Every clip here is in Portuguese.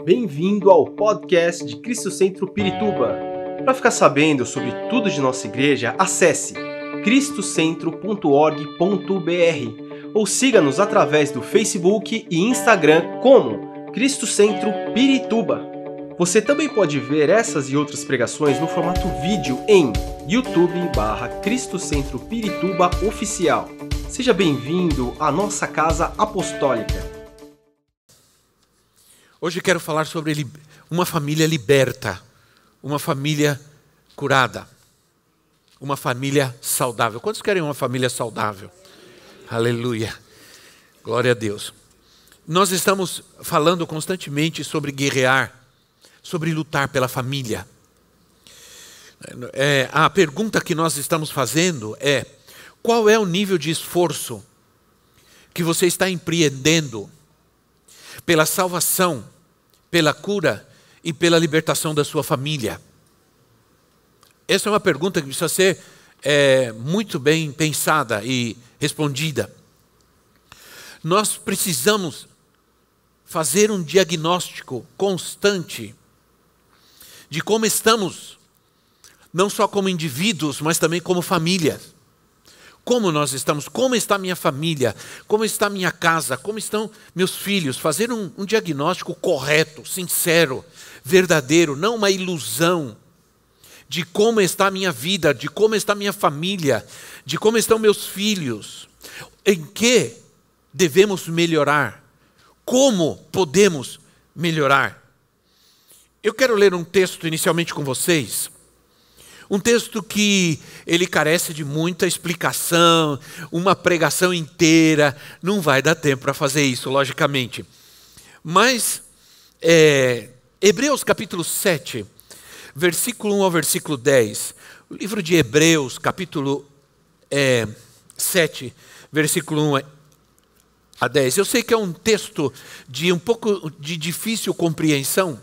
Bem-vindo ao podcast de Cristo Centro Pirituba. Para ficar sabendo sobre tudo de nossa igreja, acesse cristocentro.org.br ou siga-nos através do Facebook e Instagram como Cristo Centro Pirituba. Você também pode ver essas e outras pregações no formato vídeo em YouTube/Cristo Centro Pirituba Oficial. Seja bem-vindo à nossa casa apostólica. Hoje quero falar sobre uma família liberta, uma família curada, uma família saudável. Quantos querem uma família saudável? Aleluia, glória a Deus. Nós estamos falando constantemente sobre guerrear, sobre lutar pela família. A pergunta que nós estamos fazendo é: qual é o nível de esforço que você está empreendendo pela salvação, pela cura e pela libertação da sua família? Essa é uma pergunta que precisa ser muito bem pensada e respondida. Nós precisamos fazer um diagnóstico constante de como estamos, não só como indivíduos, mas também como família. Como nós estamos, como está minha família, como está minha casa, como estão meus filhos. Fazer um diagnóstico correto, sincero, verdadeiro, não uma ilusão de como está a minha vida, de como está a minha família, de como estão meus filhos. Em que devemos melhorar? Como podemos melhorar? Eu quero ler um texto inicialmente com vocês. Um texto que ele carece de muita explicação, uma pregação inteira. Não vai dar tempo para fazer isso, logicamente. Mas, Hebreus capítulo 7, versículo 1 ao versículo 10. O livro de Hebreus, capítulo 7, versículo 1 a 10. Eu sei que é um texto de um pouco de difícil compreensão,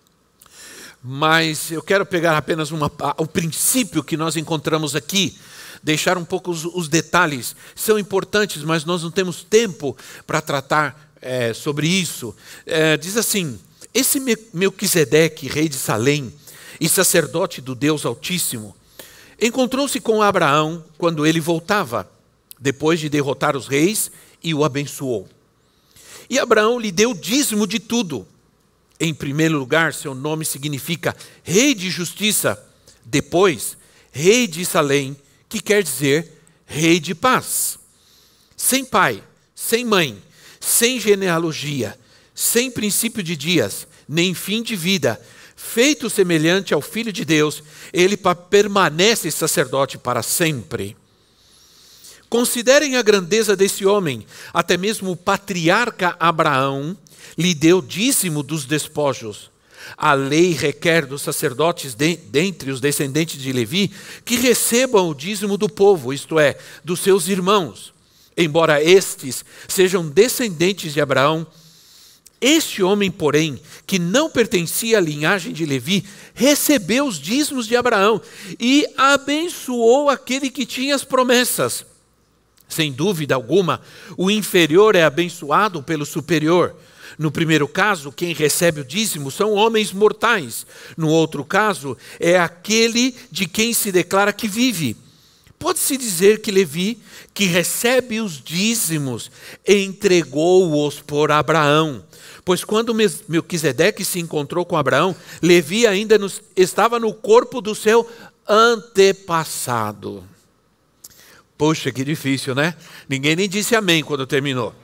mas eu quero pegar apenas o princípio que nós encontramos aqui, deixar um pouco os detalhes. São importantes, mas nós não temos tempo para tratar sobre isso. Diz assim: esse Melquisedeque, rei de Salém e sacerdote do Deus Altíssimo, encontrou-se com Abraão quando ele voltava, depois de derrotar os reis, e o abençoou. E Abraão lhe deu dízimo de tudo. Em primeiro lugar, seu nome significa Rei de Justiça. Depois, Rei de Salém, que quer dizer Rei de Paz. Sem pai, sem mãe, sem genealogia, sem princípio de dias, nem fim de vida, feito semelhante ao Filho de Deus, ele permanece sacerdote para sempre. Considerem a grandeza desse homem. Até mesmo o patriarca Abraão lhe deu dízimo dos despojos. A lei requer dos sacerdotes dentre os descendentes de Levi que recebam o dízimo do povo, isto é, dos seus irmãos. Embora estes sejam descendentes de Abraão, este homem, porém, que não pertencia à linhagem de Levi, recebeu os dízimos de Abraão e abençoou aquele que tinha as promessas. Sem dúvida alguma, o inferior é abençoado pelo superior. No primeiro caso, quem recebe o dízimo são homens mortais. No outro caso, é aquele de quem se declara que vive. Pode-se dizer que Levi, que recebe os dízimos, entregou-os por Abraão. Pois quando Melquisedeque se encontrou com Abraão, Levi ainda estava no corpo do seu antepassado. Poxa, que difícil, né? Ninguém nem disse amém quando terminou.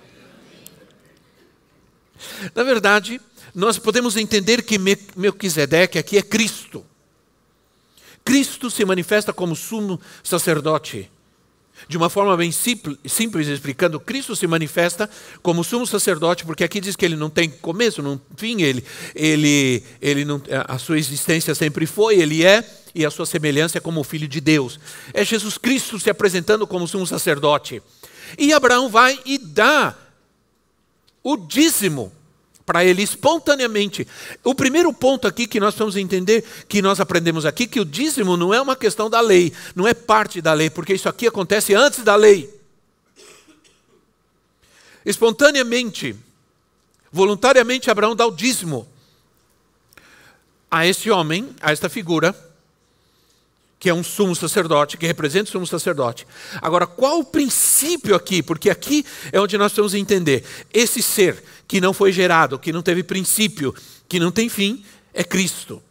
Na verdade, nós podemos entender que Melquisedeque aqui é Cristo. Cristo se manifesta como sumo sacerdote. De uma forma bem simples explicando, Cristo se manifesta como sumo sacerdote, porque aqui diz que ele não tem começo, não fim, ele não, a sua existência sempre foi, ele é, e a sua semelhança é como o Filho de Deus. É Jesus Cristo se apresentando como sumo sacerdote. E Abraão vai e dá o dízimo para ele espontaneamente. O primeiro ponto aqui que nós vamos entender, que nós aprendemos aqui, que o dízimo não é uma questão da lei, não é parte da lei, porque isso aqui acontece antes da lei. Espontaneamente, voluntariamente, Abraão dá o dízimo. a esse homem, a esta figura, que é um sumo sacerdote, que representa o sumo sacerdote. Agora, qual o princípio aqui? Porque aqui é onde nós precisamos entender. Esse ser que não foi gerado, que não teve princípio, que não tem fim, é Cristo.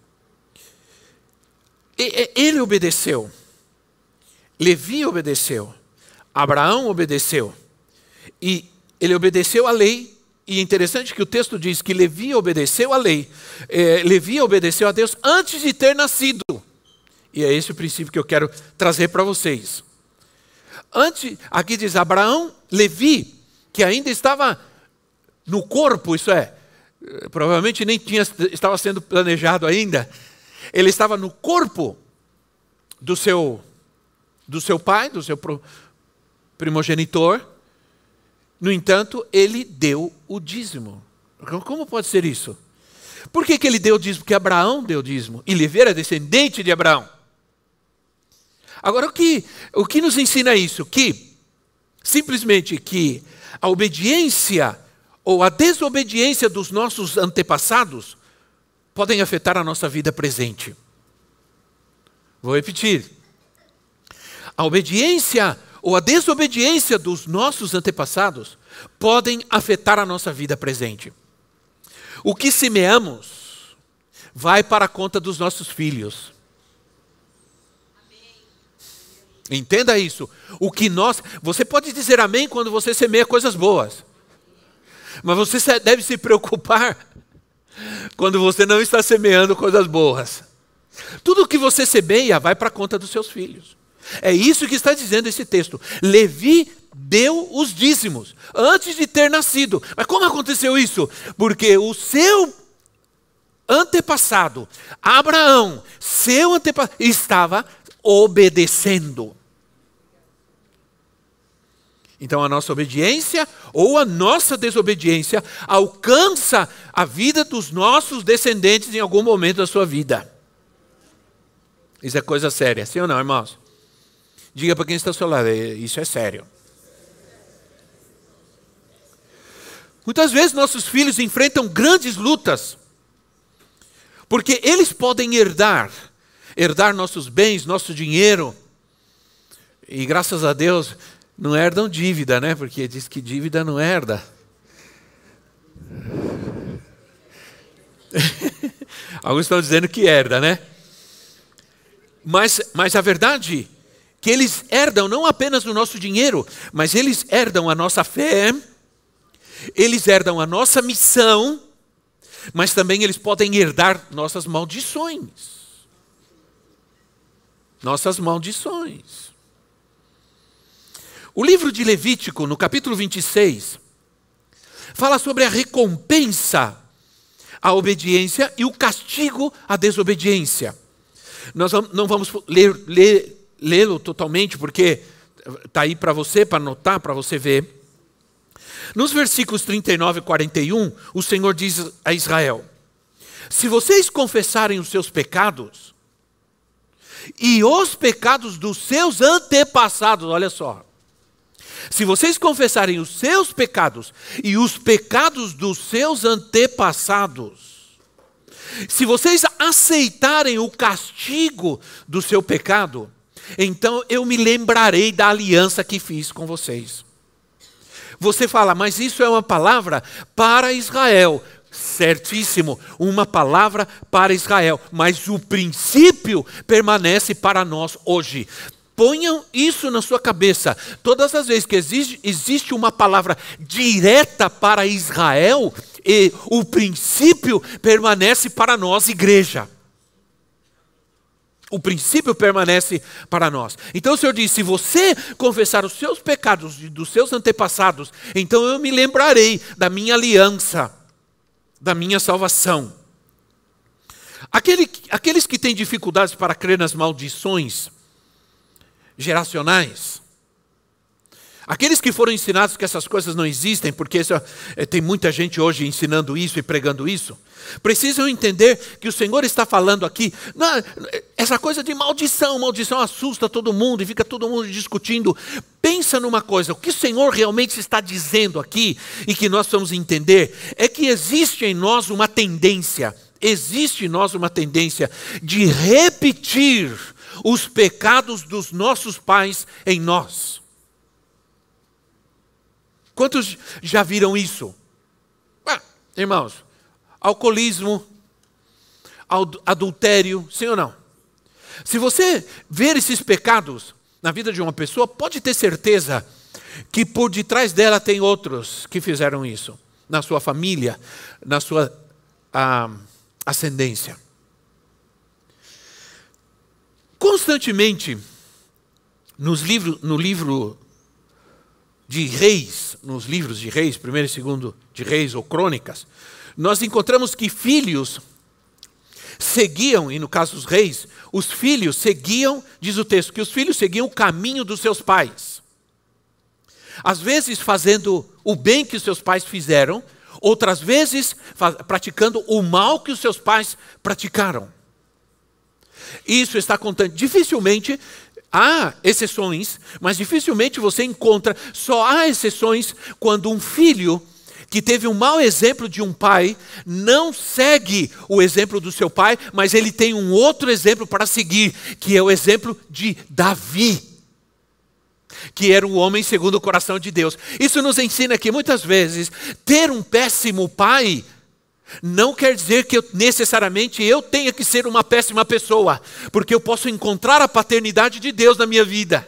Ele obedeceu. Levi obedeceu. Abraão obedeceu. E ele obedeceu à lei. E é interessante que o texto diz que Levi obedeceu à lei. Levi obedeceu a Deus antes de ter nascido. E é esse o princípio que eu quero trazer para vocês. Aqui diz Abraão, Levi, que ainda estava no corpo, isso é, provavelmente nem estava sendo planejado ainda. Ele estava no corpo do seu pai, do seu primogenitor. No entanto, ele deu o dízimo. Como pode ser isso? Por que ele deu o dízimo? Porque Abraão deu o dízimo. E Levi era descendente de Abraão. Agora, o que nos ensina isso? Que, simplesmente, que a obediência ou a desobediência dos nossos antepassados podem afetar a nossa vida presente. Vou repetir. A obediência ou a desobediência dos nossos antepassados podem afetar a nossa vida presente. O que semeamos vai para a conta dos nossos filhos. Entenda isso. Você pode dizer amém quando você semeia coisas boas. Mas você deve se preocupar quando você não está semeando coisas boas. Tudo que você semeia vai para a conta dos seus filhos. É isso que está dizendo esse texto. Levi deu os dízimos antes de ter nascido. Mas como aconteceu isso? Porque o seu antepassado, Abraão, estava obedecendo. Então a nossa obediência ou a nossa desobediência alcança a vida dos nossos descendentes em algum momento da sua vida. Isso é coisa séria, sim ou não, irmãos? Diga para quem está ao seu lado, isso é sério. Muitas vezes nossos filhos enfrentam grandes lutas, porque eles podem herdar nossos bens, nosso dinheiro, e graças a Deus não herdam dívida, né? Porque diz que dívida não herda. Alguns estão dizendo que herda, né? Mas a verdade é que eles herdam não apenas o nosso dinheiro, mas eles herdam a nossa fé, eles herdam a nossa missão, mas também eles podem herdar nossas maldições. Nossas maldições. O livro de Levítico, no capítulo 26, fala sobre a recompensa à obediência e o castigo à desobediência. Nós não vamos lê-lo totalmente, porque está aí para você, para anotar, para você ver. Nos versículos 39 e 41, o Senhor diz a Israel: se vocês confessarem os seus pecados e os pecados dos seus antepassados, olha só, se vocês confessarem os seus pecados e os pecados dos seus antepassados, se vocês aceitarem o castigo do seu pecado, então eu me lembrarei da aliança que fiz com vocês. Você fala, mas isso é uma palavra para Israel. Certíssimo, uma palavra para Israel, mas o princípio permanece para nós hoje. Ponham isso na sua cabeça. Todas as vezes que existe uma palavra direta para Israel, o princípio permanece para nós, igreja. O princípio permanece para nós. Então o Senhor diz, se você confessar os seus pecados e dos seus antepassados, então eu me lembrarei da minha aliança, da minha salvação. Aqueles que têm dificuldades para crer nas maldições geracionais, aqueles que foram ensinados que essas coisas não existem, porque tem muita gente hoje ensinando isso e pregando isso, precisam entender que o Senhor está falando aqui, essa coisa de maldição assusta todo mundo e fica todo mundo discutindo. Pensa numa coisa, o que o Senhor realmente está dizendo aqui e que nós vamos entender é que existe em nós uma tendência, existe em nós uma tendência de repetir os pecados dos nossos pais em nós. Quantos já viram isso? Irmãos, alcoolismo, adultério, sim ou não? Se você ver esses pecados na vida de uma pessoa, pode ter certeza que por detrás dela tem outros que fizeram isso, na sua família, na sua ascendência. Constantemente, no livro de Reis, nos livros de Reis, 1º e 2º de Reis ou Crônicas, nós encontramos que filhos seguiam, e no caso dos reis, os filhos seguiam, diz o texto, que os filhos seguiam o caminho dos seus pais. Às vezes fazendo o bem que os seus pais fizeram, outras vezes praticando o mal que os seus pais praticaram. Isso está contando. Dificilmente há exceções, mas dificilmente você encontra, só há exceções quando um filho que teve um mau exemplo de um pai, não segue o exemplo do seu pai, mas ele tem um outro exemplo para seguir, que é o exemplo de Davi, que era um homem segundo o coração de Deus. Isso nos ensina que muitas vezes ter um péssimo pai não quer dizer que necessariamente eu tenha que ser uma péssima pessoa, porque eu posso encontrar a paternidade de Deus na minha vida.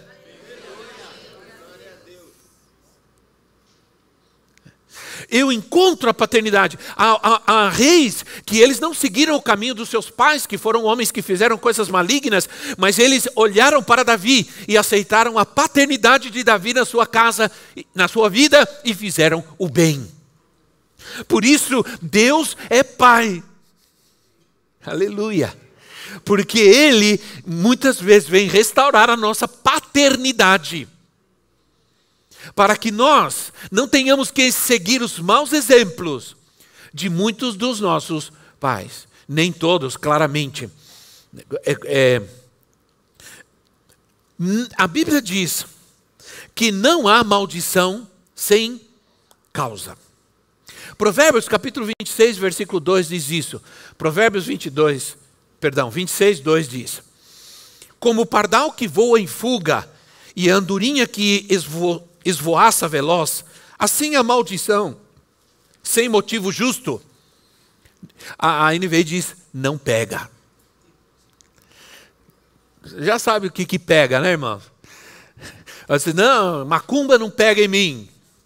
Eu encontro a paternidade. Há reis que eles não seguiram o caminho dos seus pais, que foram homens que fizeram coisas malignas, mas eles olharam para Davi e aceitaram a paternidade de Davi na sua casa, na sua vida, e fizeram o bem. Por isso, Deus é Pai. Aleluia. Porque Ele muitas vezes vem restaurar a nossa paternidade, para que nós não tenhamos que seguir os maus exemplos de muitos dos nossos pais. Nem todos, claramente. A Bíblia diz que não há maldição sem causa. Provérbios capítulo 26, versículo 2 diz isso. Provérbios 26, 2 diz: como o pardal que voa em fuga e a andorinha que esvoaça veloz, assim a maldição, sem motivo justo. A NVI diz, não pega. Já sabe o que pega, né, irmão? Você, não, macumba não pega em mim.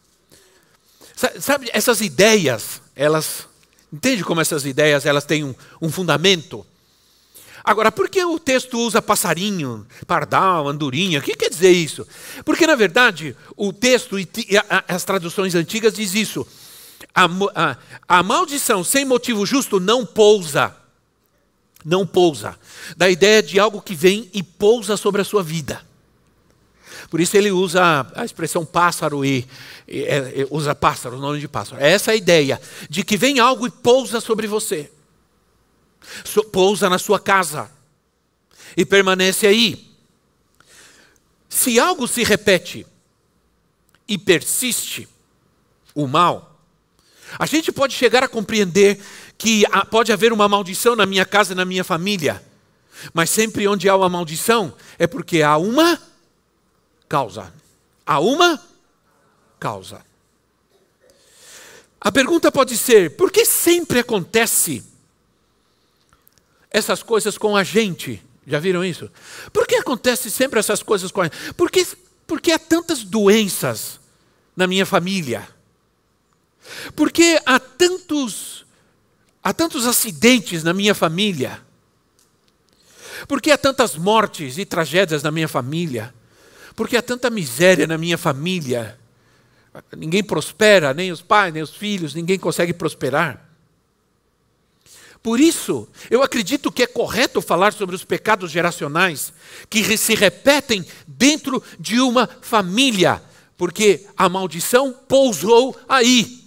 Sabe, essas ideias, elas, entende como essas ideias, elas têm um fundamento? Agora, por que o texto usa passarinho, pardal, andorinha? O que quer dizer isso? Porque, na verdade, o texto e as traduções antigas diz isso. A maldição sem motivo justo não pousa. Não pousa. Da ideia de algo que vem e pousa sobre a sua vida. Por isso ele usa a expressão pássaro e usa pássaro, o nome de pássaro. É essa a ideia de que vem algo e pousa sobre você. Pousa na sua casa e permanece aí. Se algo se repete e persiste, o mal, a gente pode chegar a compreender que pode haver uma maldição na minha casa e na minha família, mas sempre onde há uma maldição é porque há uma causa. Há uma causa. A pergunta pode ser, por que sempre acontece essas coisas com a gente? Já viram isso? Por que acontece sempre essas coisas com a gente? Por que há tantas doenças na minha família? Por que há tantos acidentes na minha família? Por que há tantas mortes e tragédias na minha família? Por que há tanta miséria na minha família? Ninguém prospera, nem os pais, nem os filhos, ninguém consegue prosperar. Por isso, eu acredito que é correto falar sobre os pecados geracionais que se repetem dentro de uma família, porque a maldição pousou aí.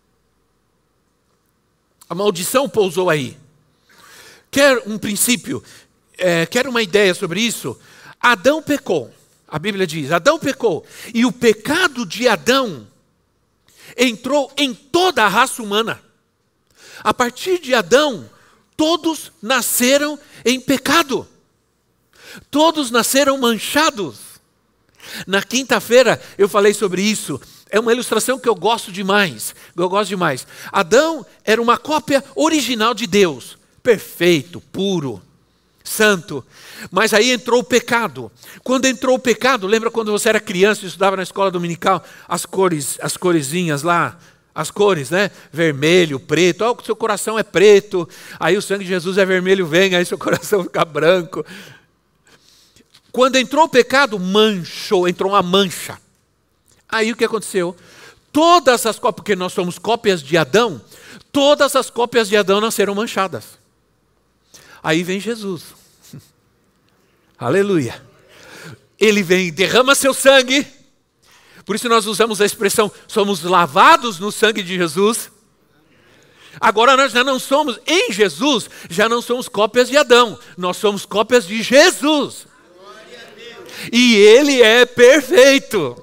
A maldição pousou aí. Quer um princípio, quer uma ideia sobre isso? Adão pecou. A Bíblia diz, Adão pecou. E o pecado de Adão entrou em toda a raça humana. A partir de Adão, todos nasceram em pecado. Todos nasceram manchados. Na quinta-feira eu falei sobre isso. É uma ilustração que eu gosto demais. Adão era uma cópia original de Deus. Perfeito, puro, santo. Mas aí entrou o pecado. Quando entrou o pecado, lembra quando você era criança e estudava na escola dominical? As coresinhas lá, as cores, né? Vermelho, preto. O seu coração é preto. Aí o sangue de Jesus é vermelho, vem, aí seu coração fica branco. Quando entrou o pecado, entrou uma mancha. Aí o que aconteceu? Todas as cópias, porque nós somos cópias de Adão, todas as cópias de Adão nasceram manchadas. Aí vem Jesus. Aleluia. Ele vem, derrama seu sangue. Por isso nós usamos a expressão, somos lavados no sangue de Jesus. Agora nós já não somos, em Jesus, já não somos cópias de Adão. Nós somos cópias de Jesus. E Ele é perfeito.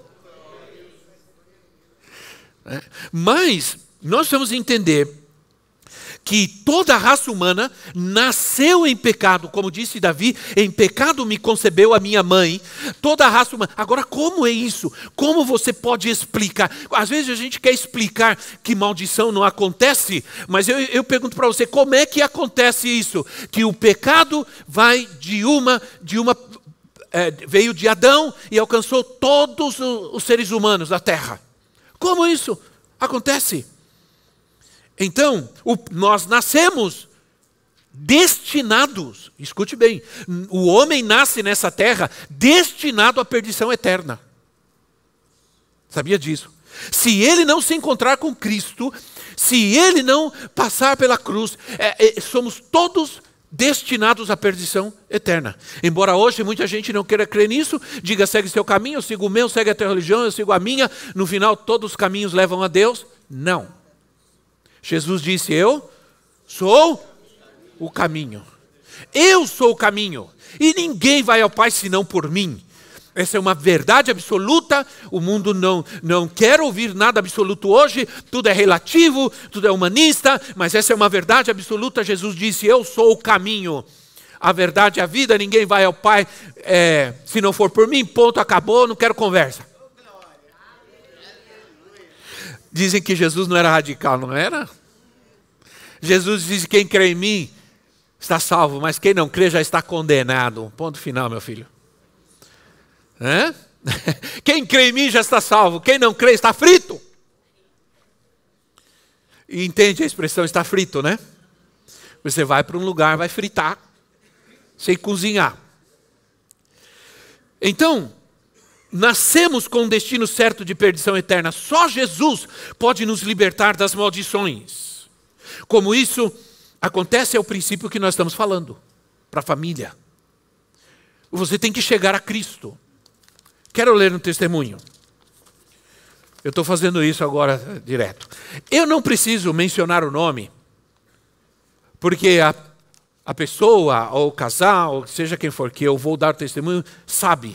Mas nós vamos entender que toda a raça humana nasceu em pecado. Como disse Davi, em pecado me concebeu a minha mãe. Toda a raça humana. Agora, como é isso? Como você pode explicar? Às vezes a gente quer explicar que maldição não acontece, mas eu pergunto para você, como é que acontece isso? Que o pecado vai veio de Adão e alcançou todos os seres humanos da terra. Como isso acontece? Então, nós nascemos destinados, escute bem, o homem nasce nessa terra destinado à perdição eterna. Sabia disso? Se ele não se encontrar com Cristo, se ele não passar pela cruz, somos todos destinados à perdição eterna. Embora hoje muita gente não queira crer nisso, diga, segue seu caminho, eu sigo o meu, segue a tua religião, eu sigo a minha, no final todos os caminhos levam a Deus. Não. Jesus disse, eu sou o caminho. Eu sou o caminho. E ninguém vai ao Pai senão por mim. Essa é uma verdade absoluta. O mundo não quer ouvir nada absoluto hoje. Tudo é relativo, tudo é humanista. Mas essa é uma verdade absoluta. Jesus disse, eu sou o caminho. A verdade e a vida. Ninguém vai ao Pai se não for por mim. Ponto, acabou, não quero conversa. Dizem que Jesus não era radical, não era? Jesus disse, quem crê em mim está salvo. Mas quem não crê já está condenado. Ponto final, meu filho. Quem crê em mim já está salvo. Quem não crê está frito. E entende a expressão está frito, né? Você vai para um lugar, vai fritar, sem cozinhar. Então, nascemos com um destino certo de perdição eterna. Só Jesus pode nos libertar das maldições. Como isso acontece é o princípio que nós estamos falando para a família. Você tem que chegar a Cristo. Quero ler um testemunho. Eu estou fazendo isso agora direto. Eu não preciso mencionar o nome, porque a pessoa, ou o casal, ou seja quem for que eu vou dar o testemunho, sabe.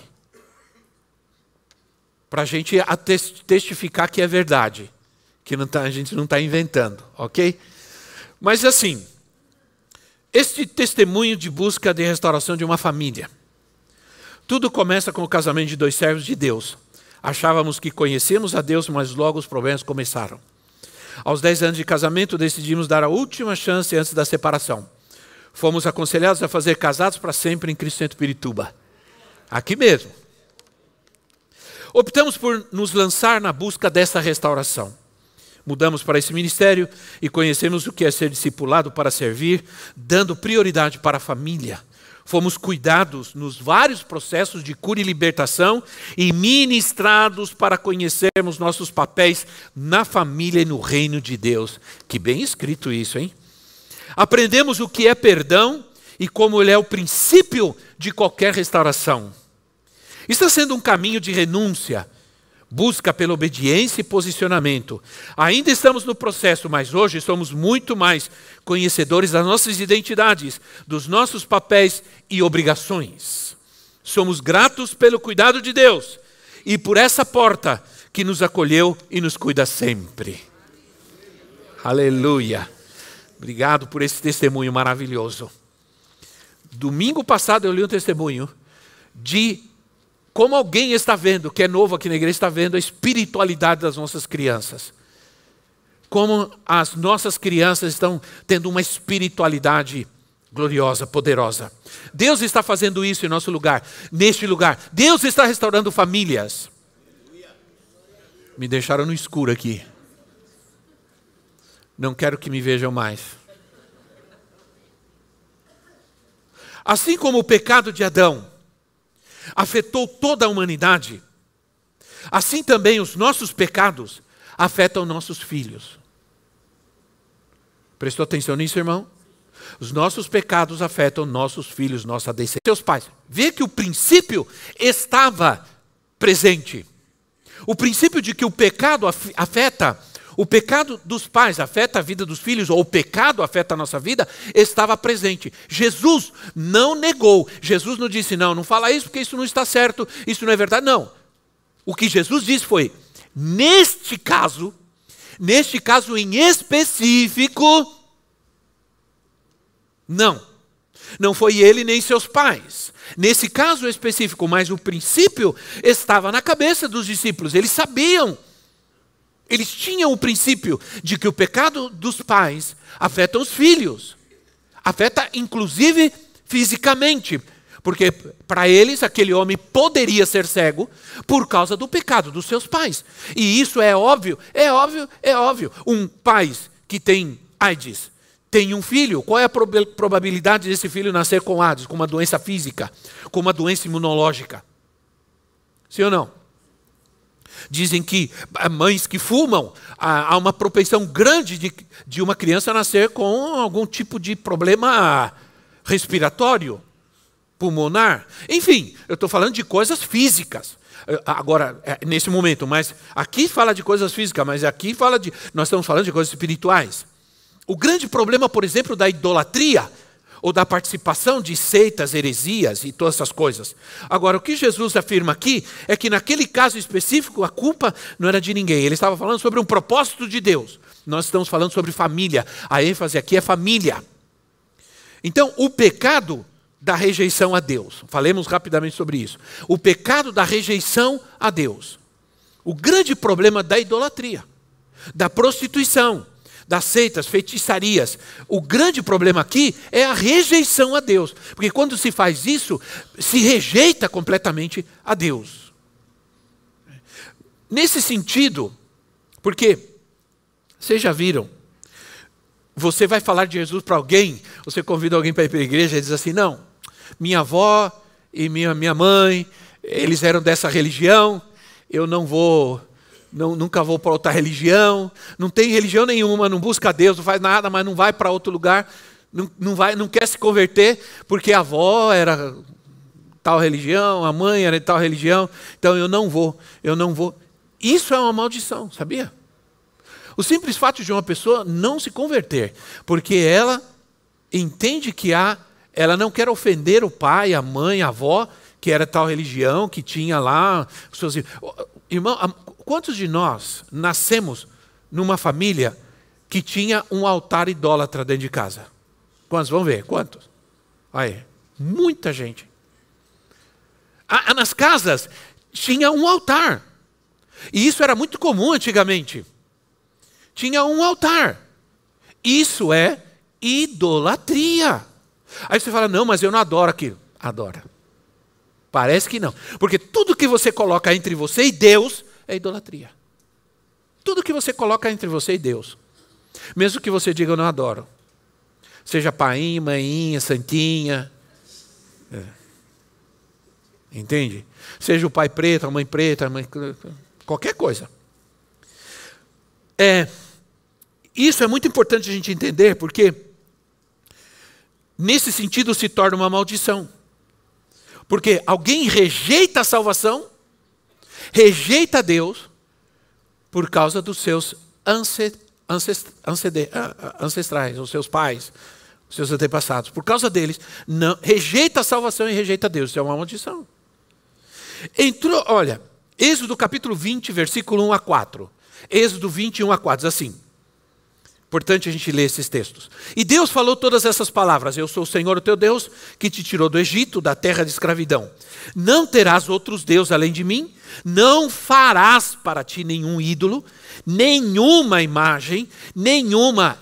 Para a gente testificar que é verdade, que a gente não está inventando, ok? Mas assim, este testemunho de busca de restauração de uma família. Tudo começa com o casamento de dois servos de Deus. Achávamos que conhecíamos a Deus, mas logo os problemas começaram. Aos 10 anos de casamento, decidimos dar a última chance antes da separação. Fomos aconselhados a fazer casados para sempre em Cristo Centro Pirituba. Aqui mesmo. Optamos por nos lançar na busca dessa restauração. Mudamos para esse ministério e conhecemos o que é ser discipulado para servir, dando prioridade para a família. Fomos cuidados nos vários processos de cura e libertação e ministrados para conhecermos nossos papéis na família e no reino de Deus. Que bem escrito isso, hein? Aprendemos o que é perdão e como ele é o princípio de qualquer restauração. Está sendo um caminho de renúncia, busca pela obediência e posicionamento. Ainda estamos no processo, mas hoje somos muito mais conhecedores das nossas identidades, dos nossos papéis e obrigações. Somos gratos pelo cuidado de Deus e por essa porta que nos acolheu e nos cuida sempre. Aleluia. Obrigado por esse testemunho maravilhoso. Domingo passado eu li um testemunho de como alguém está vendo, que é novo aqui na igreja, está vendo a espiritualidade das nossas crianças. Como as nossas crianças estão tendo uma espiritualidade gloriosa, poderosa. Deus está fazendo isso em nosso lugar, neste lugar. Deus está restaurando famílias. Me deixaram no escuro aqui. Não quero que me vejam mais. Assim como o pecado de Adão afetou toda a humanidade, assim também os nossos pecados afetam nossos filhos. Prestou atenção nisso, irmão? Os nossos pecados afetam nossos filhos, nossa descendência. Seus pais. Vê que o princípio estava presente. O princípio de que o pecado afeta, o pecado dos pais afeta a vida dos filhos, ou o pecado afeta a nossa vida, estava presente. Jesus não negou. Jesus não disse, não fala isso porque isso não está certo, isso não é verdade. Não. O que Jesus disse foi, neste caso em específico, não foi ele nem seus pais. Nesse caso específico, mas o princípio estava na cabeça dos discípulos. Eles sabiam, eles tinham o princípio de que o pecado dos pais afeta os filhos. Afeta inclusive fisicamente. Porque para eles aquele homem poderia ser cego por causa do pecado dos seus pais. E isso é óbvio. Um pai que tem AIDS tem um filho, qual é a probabilidade desse filho nascer com AIDS, com uma doença física, com uma doença imunológica? Sim ou não? Dizem que mães que fumam, há uma propensão grande de uma criança nascer com algum tipo de problema respiratório, pulmonar. Enfim, eu estou falando de coisas físicas. Agora, nesse momento, mas aqui fala de coisas físicas, mas aqui nós estamos falando de coisas espirituais. O grande problema, por exemplo, da idolatria, ou da participação de seitas, heresias e todas essas coisas. Agora, o que Jesus afirma aqui é que naquele caso específico a culpa não era de ninguém. Ele estava falando sobre um propósito de Deus. Nós estamos falando sobre família. A ênfase aqui é família. Então, o pecado da rejeição a Deus. Falemos rapidamente sobre isso. O pecado da rejeição a Deus. O grande problema da idolatria, da prostituição, das seitas, feitiçarias. O grande problema aqui é a rejeição a Deus. Porque quando se faz isso, se rejeita completamente a Deus. Nesse sentido, porque, vocês já viram, você vai falar de Jesus para alguém, você convida alguém para ir para a igreja e diz assim, não, minha avó e minha mãe, eles eram dessa religião, eu nunca vou para outra religião, não tem religião nenhuma, não busca Deus, não faz nada, mas não vai para outro lugar, não quer se converter, porque a avó era tal religião, a mãe era de tal religião, então eu não vou. Isso é uma maldição, sabia? O simples fato de uma pessoa não se converter, porque ela entende que ela não quer ofender o pai, a mãe, a avó, que era tal religião, que tinha lá os seus... Irmão, quantos de nós nascemos numa família que tinha um altar idólatra dentro de casa? Quantos? Vamos ver, quantos? Aí, muita gente. Nas casas tinha um altar. E isso era muito comum antigamente. Tinha um altar. Isso é idolatria. Aí você fala, não, mas eu não adoro aquilo. Adora. Parece que não. Porque tudo que você coloca entre você e Deus é idolatria. Tudo que você coloca entre você e Deus. Mesmo que você diga, eu não adoro. Seja painha, mainha, santinha. Entende? Seja o pai preto, a mãe preta, qualquer coisa. Isso é muito importante a gente entender, porque nesse sentido se torna uma maldição. Porque alguém rejeita a salvação, rejeita Deus, por causa dos seus ancestrais, os seus pais, os seus antepassados. Por causa deles, não, rejeita a salvação e rejeita Deus. Isso é uma maldição. Olha, Êxodo capítulo 20, versículo 1 a 4. Êxodo 20, 1 a 4, diz assim. Importante a gente ler esses textos. E Deus falou todas essas palavras. Eu sou o Senhor, o teu Deus, que te tirou do Egito, da terra de escravidão. Não terás outros deuses além de mim. Não farás para ti nenhum ídolo, nenhuma imagem, nenhuma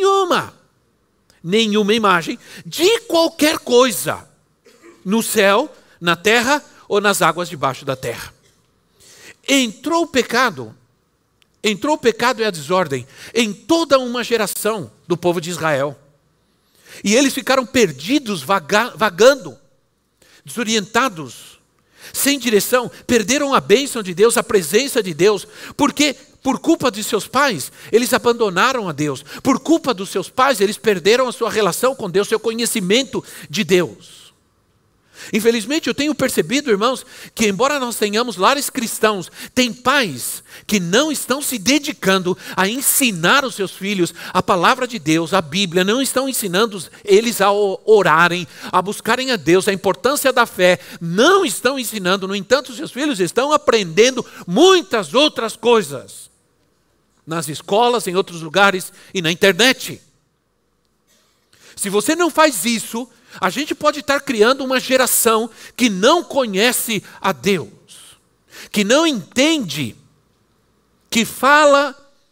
imagem de qualquer coisa, no céu, na terra ou nas águas debaixo da terra. Entrou o pecado e a desordem em toda uma geração do povo de Israel. E eles ficaram perdidos, vagando, desorientados, sem direção, perderam a bênção de Deus, a presença de Deus, porque por culpa de seus pais, eles abandonaram a Deus. Por culpa dos seus pais, eles perderam a sua relação com Deus, seu conhecimento de Deus. Infelizmente, eu tenho percebido, irmãos, que embora nós tenhamos lares cristãos, tem pais que não estão se dedicando a ensinar os seus filhos a palavra de Deus, a Bíblia, não estão ensinando eles a orarem, a buscarem a Deus, a importância da fé, não estão ensinando. No entanto, os seus filhos estão aprendendo muitas outras coisas, nas escolas, em outros lugares e na internet. Se você não faz isso, a gente pode estar criando uma geração que não conhece a Deus, que não entende, que fala,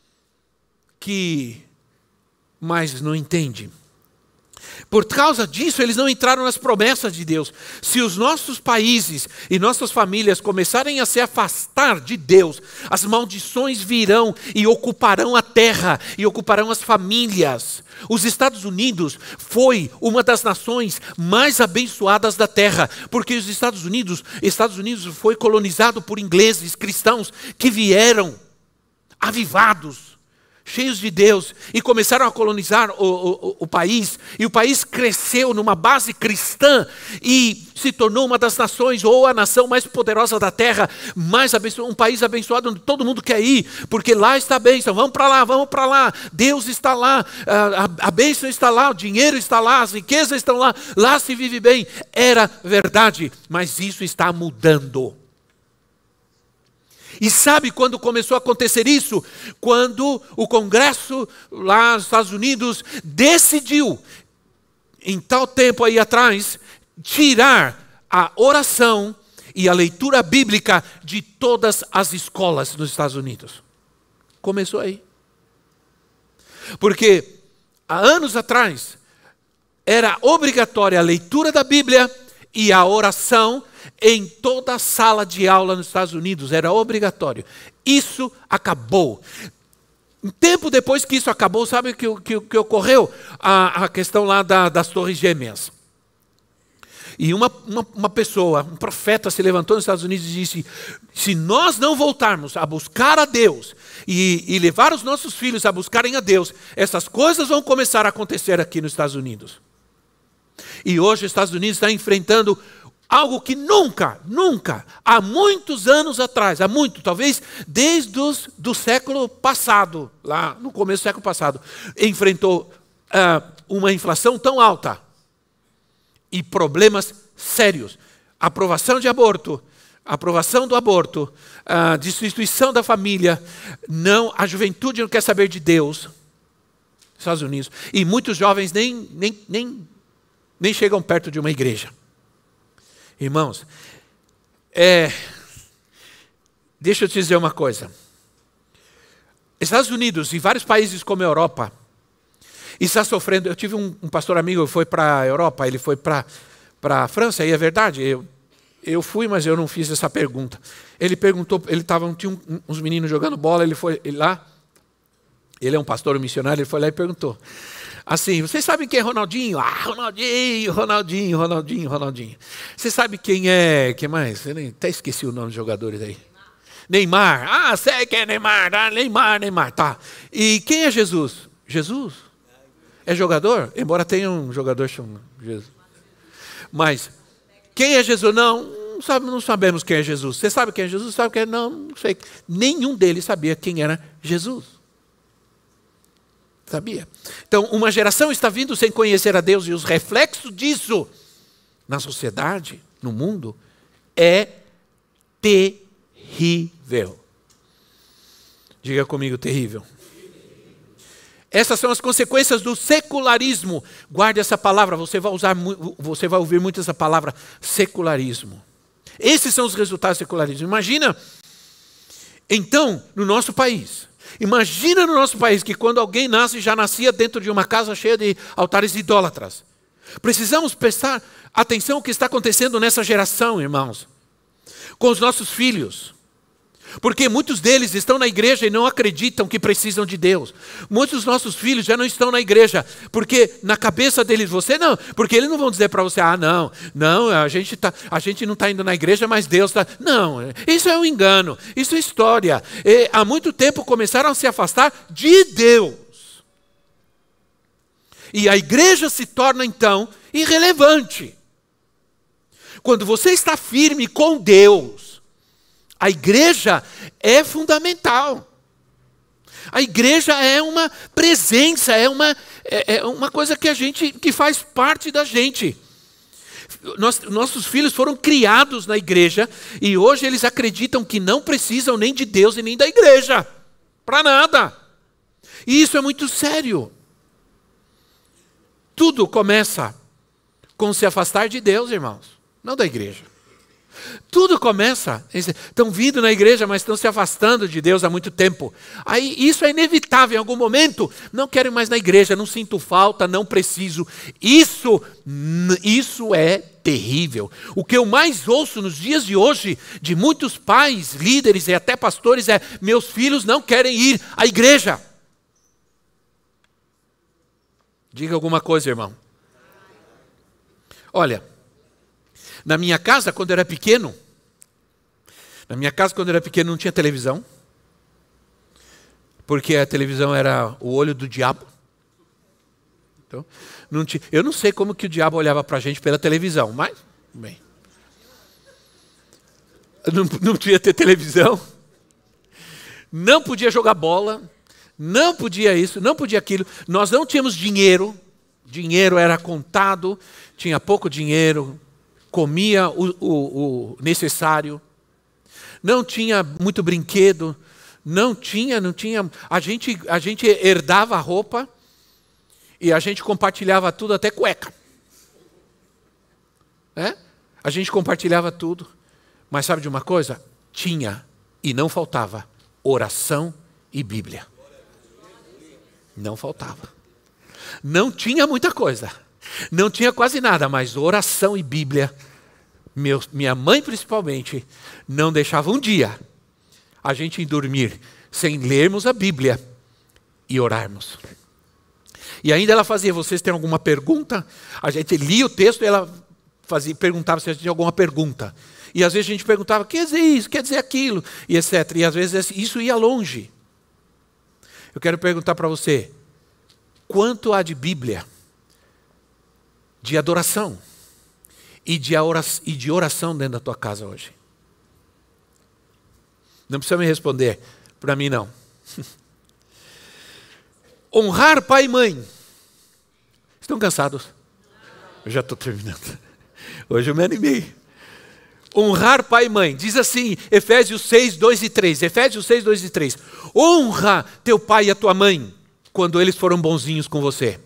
mas não entende. Por causa disso, eles não entraram nas promessas de Deus. Se os nossos países e nossas famílias começarem a se afastar de Deus, as maldições virão e ocuparão a terra e ocuparão as famílias. Os Estados Unidos foi uma das nações mais abençoadas da terra, porque os Estados Unidos foi colonizado por ingleses, cristãos, que vieram avivados, cheios de Deus, e começaram a colonizar o país, e o país cresceu numa base cristã, e se tornou uma das nações, ou a nação mais poderosa da terra, mais abençoada, um país abençoado onde todo mundo quer ir, porque lá está a bênção, vamos para lá, Deus está lá, a bênção está lá, o dinheiro está lá, as riquezas estão lá, lá se vive bem. Era verdade, mas isso está mudando. E sabe quando começou a acontecer isso? Quando o Congresso lá nos Estados Unidos decidiu, em tal tempo aí atrás, tirar a oração e a leitura bíblica de todas as escolas nos Estados Unidos. Começou aí. Porque há anos atrás era obrigatória a leitura da Bíblia e a oração em toda a sala de aula nos Estados Unidos, era obrigatório. Isso acabou. Um tempo depois que isso acabou, sabe o que ocorreu? A questão lá das Torres Gêmeas. E uma pessoa, um profeta se levantou nos Estados Unidos e disse: se nós não voltarmos a buscar a Deus e levar os nossos filhos a buscarem a Deus, essas coisas vão começar a acontecer aqui nos Estados Unidos. E hoje os Estados Unidos está enfrentando algo que nunca, há muitos anos atrás, talvez desde do século passado, lá no começo do século passado, enfrentou uma inflação tão alta e problemas sérios. Aprovação do aborto, a destituição da família, a juventude não quer saber de Deus, Estados Unidos, e muitos jovens nem chegam perto de uma igreja. Irmãos, deixa eu te dizer uma coisa. Estados Unidos e vários países como a Europa está sofrendo. Eu tive um pastor amigo que foi para a Europa, ele foi para a França, e é verdade, eu fui, mas eu não fiz essa pergunta. Ele perguntou, tinha uns meninos jogando bola, ele foi lá, ele é um pastor, um missionário, ele foi lá e perguntou assim: vocês sabem quem é Ronaldinho? Ronaldinho. Você sabe quem é, quem mais? Eu até esqueci o nome dos jogadores aí. Neymar. Sei quem é Neymar. Neymar. Tá. E quem é Jesus? Jesus? É jogador? Embora tenha um jogador chamado Jesus. Mas quem é Jesus? Não sabemos quem é Jesus. Você sabe quem é Jesus? Sabe quem é? Não sei. Nenhum deles sabia quem era Jesus. Sabia? Então, uma geração está vindo sem conhecer a Deus, e os reflexos disso na sociedade, no mundo, é terrível. Diga comigo, terrível. Essas são as consequências do secularismo. Guarde essa palavra, você vai ouvir muito essa palavra, secularismo. Esses são os resultados do secularismo. Imagina, então, no nosso país. Imagina no nosso país que quando alguém nasce, já nascia dentro de uma casa cheia de altares idólatras. Precisamos prestar atenção ao que está acontecendo nessa geração, irmãos. Com os nossos filhos. Porque muitos deles estão na igreja e não acreditam que precisam de Deus. Muitos dos nossos filhos já não estão na igreja, porque na cabeça deles, você não. Porque eles não vão dizer para você, não, a gente não está indo na igreja, mas Deus está... Não, isso é um engano, isso é história. E, há muito tempo começaram a se afastar de Deus. E a igreja se torna então irrelevante. Quando você está firme com Deus, a igreja é fundamental. A igreja é uma presença, é uma coisa que faz parte da gente. Nossos filhos foram criados na igreja e hoje eles acreditam que não precisam nem de Deus e nem da igreja. Para nada. E isso é muito sério. Tudo começa com se afastar de Deus, irmãos, não da igreja. Tudo começa, estão vindo na igreja, mas estão se afastando de Deus há muito tempo. Aí isso é inevitável, em algum momento, não quero ir mais na igreja, não sinto falta, não preciso. Isso é terrível. O que eu mais ouço nos dias de hoje, de muitos pais, líderes e até pastores, é: meus filhos não querem ir à igreja. Diga alguma coisa, irmão. Olha, na minha casa, quando eu era pequeno, não tinha televisão, porque a televisão era o olho do diabo. Então, eu não sei como que o diabo olhava para a gente pela televisão, mas, bem, não podia ter televisão, não podia jogar bola, não podia isso, não podia aquilo. Nós não tínhamos dinheiro era contado, tinha pouco dinheiro, comia o necessário, não tinha muito brinquedo, não tinha, a gente herdava a roupa e a gente compartilhava tudo, até cueca. A gente compartilhava tudo, mas sabe de uma coisa? Tinha e não faltava oração e Bíblia. Não faltava. Não tinha muita coisa. Não tinha quase nada, mas oração e Bíblia, minha mãe principalmente, não deixava um dia a gente ir dormir sem lermos a Bíblia e orarmos. E ainda ela fazia: vocês têm alguma pergunta? A gente lia o texto e ela perguntava se a gente tinha alguma pergunta. E às vezes a gente perguntava: quer dizer isso, quer dizer aquilo, e etc. E às vezes isso ia longe. Eu quero perguntar para você, quanto há de Bíblia, de adoração e de oração dentro da tua casa hoje? Não precisa me responder, para mim não. Honrar pai e mãe. Estão cansados? Eu já estou terminando. Hoje eu me animei. Honrar pai e mãe. Diz assim, Efésios 6, 2 e 3. Efésios 6, 2 e 3. Honra teu pai e a tua mãe quando eles foram bonzinhos com você.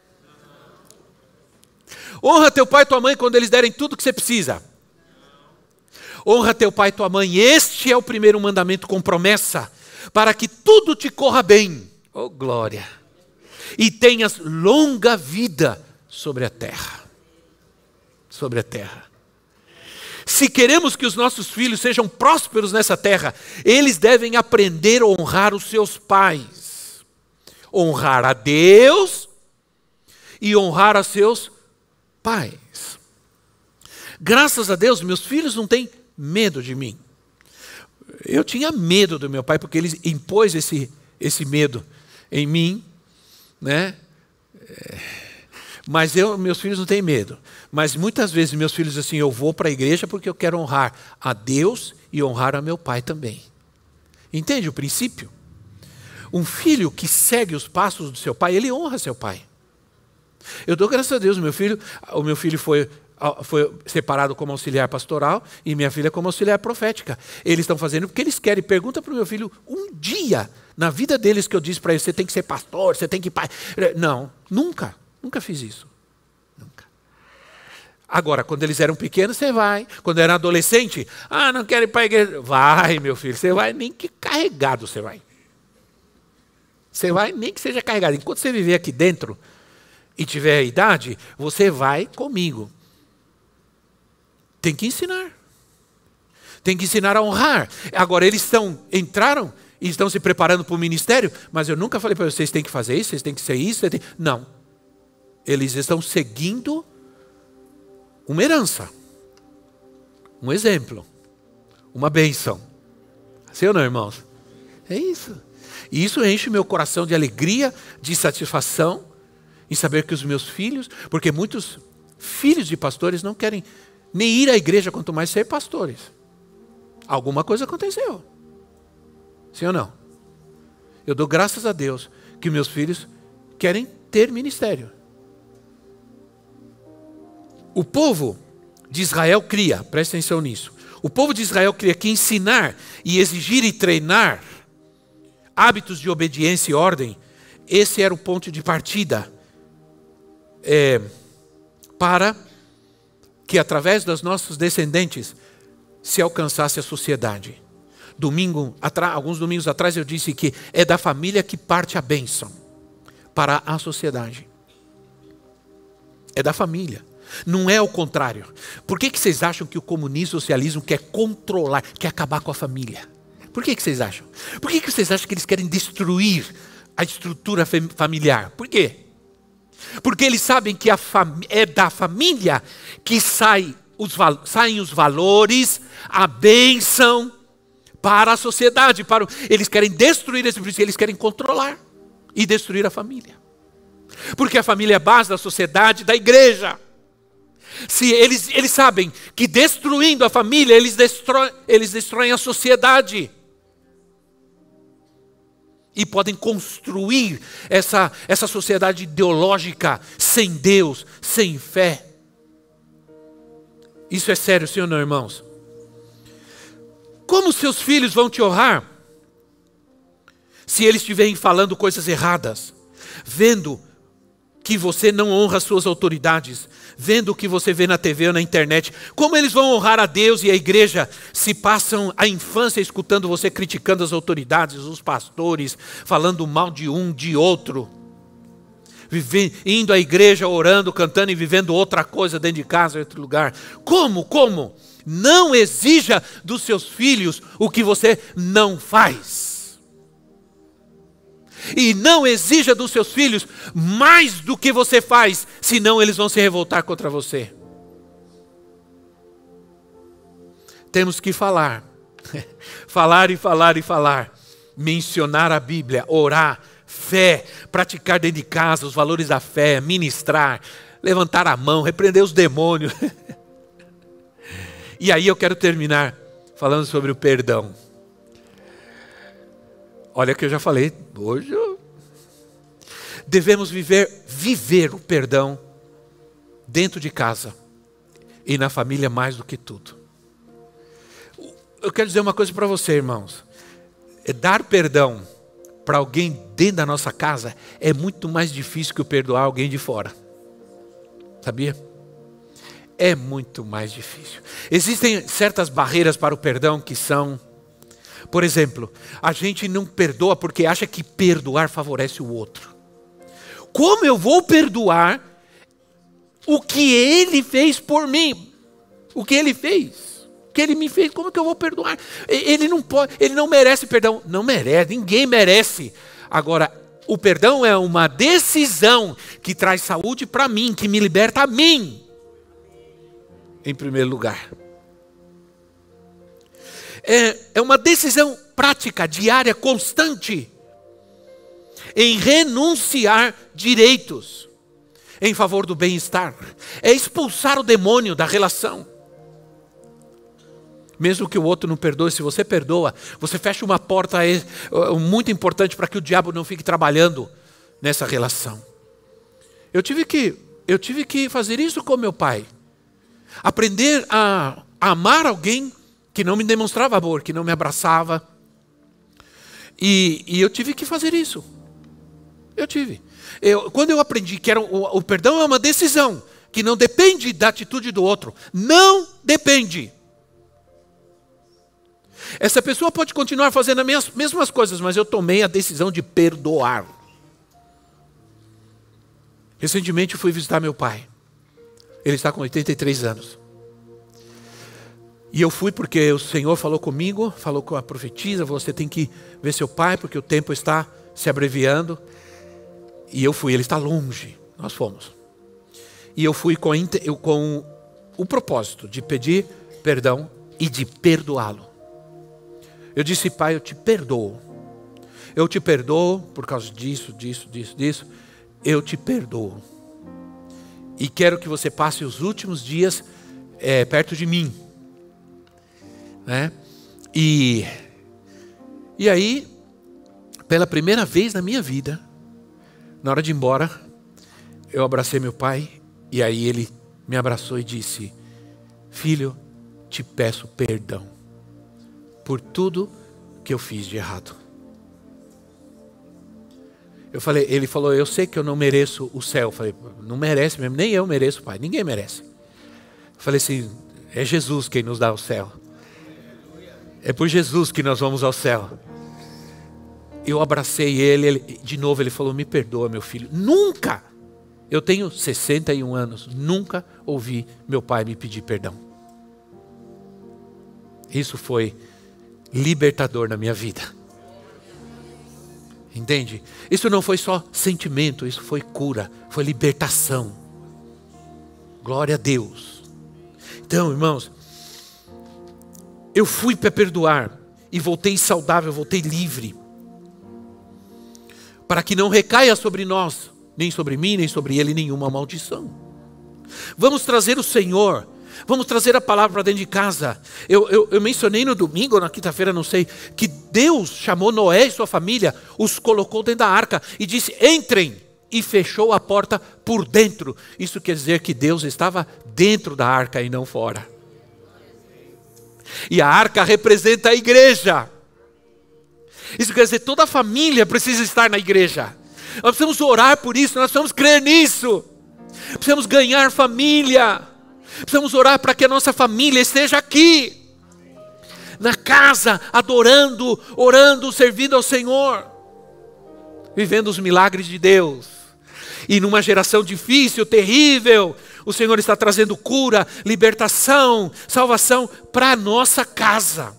Honra teu pai e tua mãe quando eles derem tudo que você precisa. Honra teu pai e tua mãe. Este é o primeiro mandamento com promessa, para que tudo te corra bem. Oh, glória! E tenhas longa vida sobre a terra. Sobre a terra. Se queremos que os nossos filhos sejam prósperos nessa terra, eles devem aprender a honrar os seus pais. Honrar a Deus e honrar a seus pais. Graças a Deus, meus filhos não têm medo de mim. Eu tinha medo do meu pai, porque ele impôs esse medo em mim, né? Mas meus filhos não têm medo. Mas muitas vezes meus filhos dizem assim: eu vou para a igreja porque eu quero honrar a Deus e honrar a meu pai também. Entende o princípio? Um filho que segue os passos do seu pai, ele honra seu pai. Eu dou graças a Deus, o meu filho foi separado como auxiliar pastoral e minha filha como auxiliar profética. Eles estão fazendo porque eles querem. Pergunta para o meu filho um dia na vida deles que eu disse para eles, você tem que ser pastor, você tem que... Não, nunca fiz isso. Nunca. Agora, quando eles eram pequenos, você vai. Quando era adolescente, não quero ir para a igreja. Vai, meu filho, você vai, nem que carregado você vai. Você vai, nem que seja carregado. Enquanto você viver aqui dentro e tiver a idade, você vai comigo. Tem que ensinar. Tem que ensinar a honrar. Agora, eles entraram e estão se preparando para o ministério, mas eu nunca falei para vocês, têm que fazer isso, vocês têm que ser isso. Não. Eles estão seguindo uma herança, um exemplo, uma bênção. Sim ou não, irmãos? É isso. E isso enche meu coração de alegria, de satisfação, em saber que os meus filhos, porque muitos filhos de pastores não querem nem ir à igreja, quanto mais ser pastores. Alguma coisa aconteceu. Sim ou não? Eu dou graças a Deus que meus filhos querem ter ministério. O povo de Israel cria, presta atenção nisso. O povo de Israel cria que ensinar e exigir e treinar hábitos de obediência e ordem, esse era o ponto de partida para que através dos nossos descendentes se alcançasse a sociedade. Alguns domingos atrás eu disse que é da família que parte a bênção para a sociedade. É da família. Não é o contrário. Por que vocês acham que o comunismo e o socialismo quer controlar, quer acabar com a família? Por que vocês acham? Por que vocês acham que eles querem destruir a estrutura familiar? Por quê? Porque eles sabem que é da família que saem os valores, a bênção para a sociedade. Eles querem destruir esse princípio, eles querem controlar e destruir a família. Porque a família é a base da sociedade, da igreja. Se eles sabem que destruindo a família, eles destroem a sociedade. E podem construir essa sociedade ideológica sem Deus, sem fé. Isso é sério, sim ou não, irmãos? Como seus filhos vão te honrar se eles estiverem falando coisas erradas, vendo que você não honra as suas autoridades, vendo o que você vê na TV ou na internet? Como eles vão honrar a Deus e a igreja se passam a infância escutando você criticando as autoridades, os pastores, falando mal de um, de outro, indo à igreja, orando, cantando e vivendo outra coisa dentro de casa, em outro lugar? Como? Não exija dos seus filhos o que você não faz. E não exija dos seus filhos mais do que você faz, senão eles vão se revoltar contra você. Temos que falar. Falar e falar e falar. Mencionar a Bíblia, orar, fé, praticar dentro de casa os valores da fé, ministrar, levantar a mão, repreender os demônios. E aí eu quero terminar falando sobre o perdão. Olha que eu já falei, hoje devemos viver o perdão dentro de casa e na família mais do que tudo. Eu quero dizer uma coisa para você, irmãos. Dar perdão para alguém dentro da nossa casa é muito mais difícil que o perdoar alguém de fora. Sabia? É muito mais difícil. Existem certas barreiras para o perdão que são... Por exemplo, a gente não perdoa porque acha que perdoar favorece o outro. Como eu vou perdoar o que ele fez por mim? O que ele fez? O que ele me fez? Como que eu vou perdoar? Ele não pode, ele não merece perdão. Não merece, ninguém merece. Agora, o perdão é uma decisão que traz saúde para mim, que me liberta a mim. Em primeiro lugar. É uma decisão prática, diária, constante, em renunciar direitos em favor do bem-estar. É expulsar o demônio da relação. Mesmo que o outro não perdoe, se você perdoa, você fecha uma porta muito importante para que o diabo não fique trabalhando nessa relação. Eu tive que eu tive que fazer isso com meu pai. Aprender a amar alguém que não me demonstrava amor, que não me abraçava. E eu tive que fazer isso. Eu tive. Quando eu aprendi que o perdão é uma decisão, que não depende da atitude do outro. Não depende. Essa pessoa pode continuar fazendo as mesmas coisas, mas eu tomei a decisão de perdoar. Recentemente eu fui visitar meu pai. Ele está com 83 anos. E eu fui porque o Senhor falou comigo, falou com a profetisa, você tem que ver seu pai, porque o tempo está se abreviando. E eu fui, ele está longe, nós fomos. E eu fui com o propósito de pedir perdão e de perdoá-lo. Eu disse, pai, eu te perdoo. Eu te perdoo por causa disso. Eu te perdoo. E quero que você passe os últimos dias perto de mim. Né? E aí, pela primeira vez na minha vida, na hora de ir embora, eu abracei meu pai. E aí ele me abraçou e disse, filho, te peço perdão por tudo que eu fiz de errado. Ele falou, eu sei que eu não mereço o céu. Eu falei, não merece mesmo, nem eu mereço, pai, ninguém merece. Eu falei assim, é Jesus quem nos dá o céu. É por Jesus que nós vamos ao céu. Eu abracei ele, de novo ele falou, me perdoa meu filho. Nunca, eu tenho 61 anos, nunca ouvi meu pai me pedir perdão. Isso foi libertador na minha vida. Entende? Isso não foi só sentimento, isso foi cura, foi libertação. Glória a Deus. Então, irmãos, eu fui para perdoar e voltei saudável, voltei livre. Para que não recaia sobre nós, nem sobre mim, nem sobre ele, nenhuma maldição. Vamos trazer o Senhor. Vamos trazer a palavra para dentro de casa. Eu mencionei no domingo, ou na quinta-feira, não sei, que Deus chamou Noé e sua família, os colocou dentro da arca e disse, entrem, e fechou a porta por dentro. Isso quer dizer que Deus estava dentro da arca e não fora. E a arca representa a igreja. Isso quer dizer que toda a família precisa estar na igreja. Nós precisamos orar por isso, nós precisamos crer nisso. Precisamos ganhar família. Precisamos orar para que a nossa família esteja aqui, na casa, adorando, orando, servindo ao Senhor, vivendo os milagres de Deus. E numa geração difícil, terrível, o Senhor está trazendo cura, libertação, salvação para a nossa casa.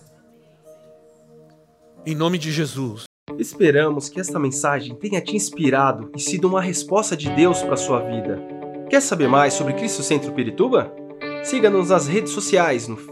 Em nome de Jesus. Esperamos que esta mensagem tenha te inspirado e sido uma resposta de Deus para a sua vida. Quer saber mais sobre Cristo Centro Pirituba? Siga-nos nas redes sociais, no